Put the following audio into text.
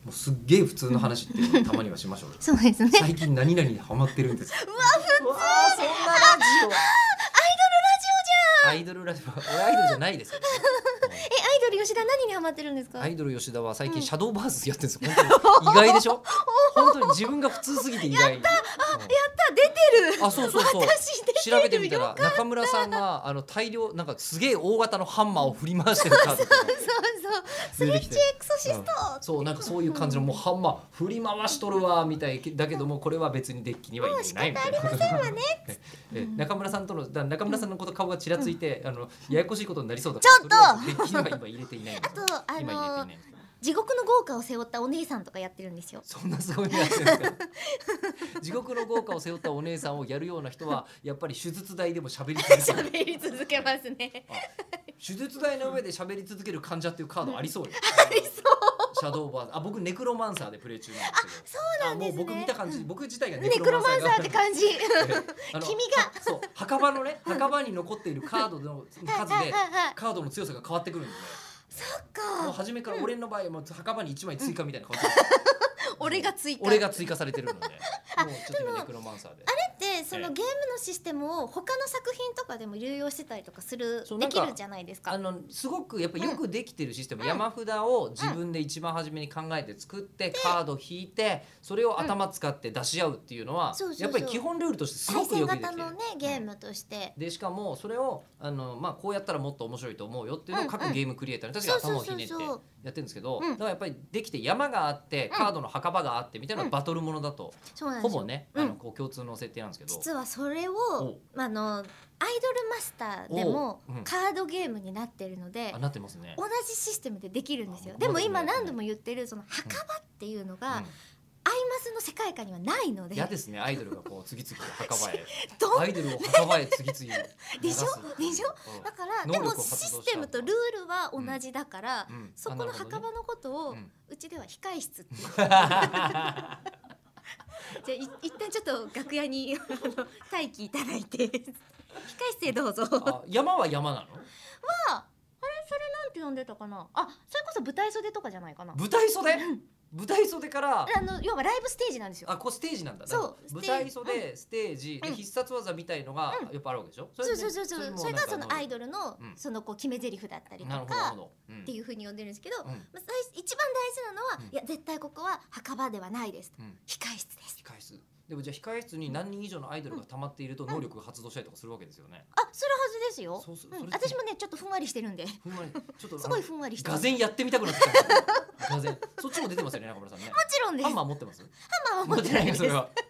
もうすっげえ普通の話っていうのをたまにはしましょうよ。 そうですね。 最近何々にハマってるんですか。 うわ普通。 うわーそんなラジオ。 アアイドルラジオ、俺アイドルじゃないですよ、ね。 アイドル吉田何にハマってるんですか。 アイドル吉田は最近シャドーバースやってるんですよ。本当に意外でしょ。本当に自分が普通すぎて意外。 やった出てる。 あ、そうそうそう。 私出てる。 調べてみたら中村さんが大量なんかすげえ大型のハンマーを振り回してるカードとかそうスイッチエクソシスト、 そうなんかそういう感じのもうハンマー振り回しとるわみたいだけどもこれは別にデッキには入れないみたいな。 もう仕方ありませんわね。 中村さんとの中村さんのこと顔がちらついてややこしいことになりそうだちょっとからとりあえずデッキには今入れていないんです。 あと今入れていないんです。 地獄の豪華を背負ったお姉さんとかやってるんですよ。 そんなすごいのやってるんですか。地獄の豪華を背負ったお姉さんをやるような人はやっぱり手術台でも喋り続ける。 喋り続けますね。 手術台の上で喋り続ける患者っていうカードありそうよ。 ありそう。 シャドーバース。僕ネクロマンサーでプレイ中なんですけど。 そうなんですね。 もう僕見た感じ、僕自体がネクロマンサーって感じ。 君がそう墓場のね墓場に残っているカードの数でカードの強さが変わってくるんで。 そっか。 もう初めから俺の場合も墓場に1枚追加みたいな感じ。 俺が追加されてるので。もうちょっと今ネクロマンサーで。 あれってそのゲームのシステムを他の作品とかでも流用してたりとかするできるじゃないですか。 すごくやっぱよくできてるシステム、山札を自分で一番初めに考えて作ってカード引いてそれを頭使って出し合うっていうのはやっぱり基本ルールとしてすごくよくできてる。 対戦型のねゲームとしてでしかもそれをこうやったらもっと面白いと思うよっていうのを各ゲームクリエイターに確かに頭をひねってやってるんですけど、だからやっぱりできて山があってカードの墓場があってみたいなバトルものだとほぼねこう共通の設定なんですけど、 実はそれをアイドルマスターでもカードゲームになってるのでなってますね。 同じシステムでできるんですよ。でも今何度も言ってるその墓場っていうのがアイマスの世界観にはないので。 嫌ですね。アイドルがこう次々と墓場へアイドルを墓場へ次々 でしょだからでもシステムとルールは同じだからそこの墓場のことをうちでは控室っていうじゃあ一旦ちょっと楽屋に待機いただいて控室へどうぞ。 山は山なの？ あれそれなんて呼んでたかな。それこそ舞台袖とかじゃないかな。 舞台袖？舞台袖から要はライブステージなんですよ。 こうステージなんだ。 そう舞台袖ステージで必殺技みたいのがやっぱあるわけでしょ。 そうそれがそのアイドルのそのこう決め台詞だったりとかっていう風に呼んでるんですけど、一番大事なのはいや絶対ここは墓場ではないですと、控室です。 控室でもじゃあ控室に何人以上のアイドルが溜まっていると能力が発動したりとかするわけですよね。 するはずですよ。私もねちょっとふんわりしてるんで。 ふんわりちょっとすごいふんわりして。 がぜんやってみたくなってきた。がぜんそっちも出てますよね中村さんね。 もちろんです。 ハンマー持ってます？ ハンマーは持ってないです。